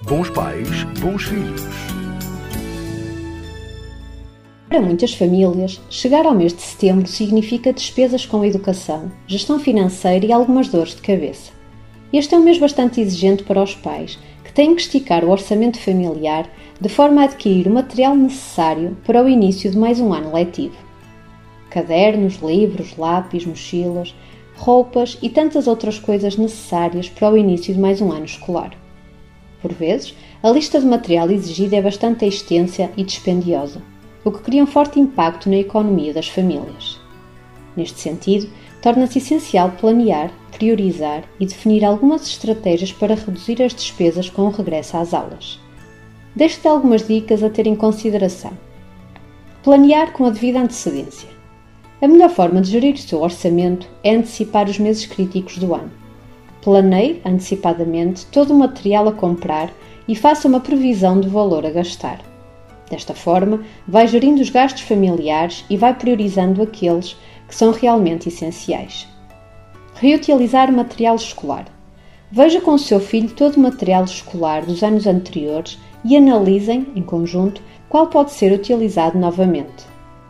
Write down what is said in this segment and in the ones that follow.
Bons pais, bons filhos. Para muitas famílias, chegar ao mês de setembro significa despesas com a educação, gestão financeira e algumas dores de cabeça. Este é um mês bastante exigente para os pais, que têm que esticar o orçamento familiar de forma a adquirir o material necessário para o início de mais um ano letivo. Cadernos, livros, lápis, mochilas, roupas e tantas outras coisas necessárias para o início de mais um ano escolar. Por vezes, a lista de material exigida é bastante extensa e dispendiosa, o que cria um forte impacto na economia das famílias. Neste sentido, torna-se essencial planear, priorizar e definir algumas estratégias para reduzir as despesas com o regresso às aulas. Deixo-te algumas dicas a ter em consideração. Planear com a devida antecedência. A melhor forma de gerir o seu orçamento é antecipar os meses críticos do ano. Planeie antecipadamente todo o material a comprar e faça uma previsão do valor a gastar. Desta forma, vai gerindo os gastos familiares e vai priorizando aqueles que são realmente essenciais. Reutilizar o material escolar. Veja com o seu filho todo o material escolar dos anos anteriores e analisem, em conjunto, qual pode ser utilizado novamente.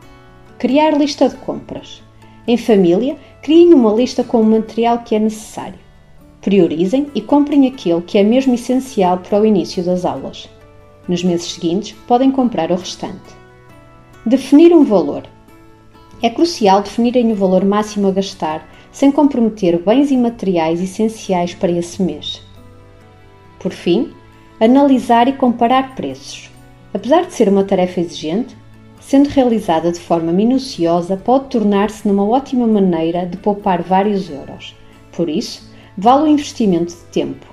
Criar lista de compras. Em família, criem uma lista com o material que é necessário. Priorizem e comprem aquele que é mesmo essencial para o início das aulas. Nos meses seguintes, podem comprar o restante. Definir um valor. É crucial definirem o valor máximo a gastar, sem comprometer bens e materiais essenciais para esse mês. Por fim, analisar e comparar preços. Apesar de ser uma tarefa exigente, sendo realizada de forma minuciosa, pode tornar-se numa ótima maneira de poupar vários euros. Por isso, vale o investimento de tempo.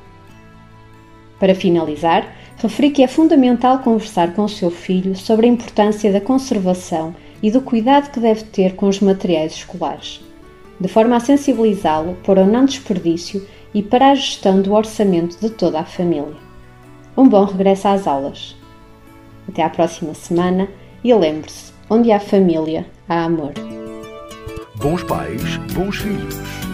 Para finalizar, referi que é fundamental conversar com o seu filho sobre a importância da conservação e do cuidado que deve ter com os materiais escolares, de forma a sensibilizá-lo para o não desperdício e para a gestão do orçamento de toda a família. Um bom regresso às aulas. Até à próxima semana e lembre-se, onde há família, há amor. Bons pais, bons filhos.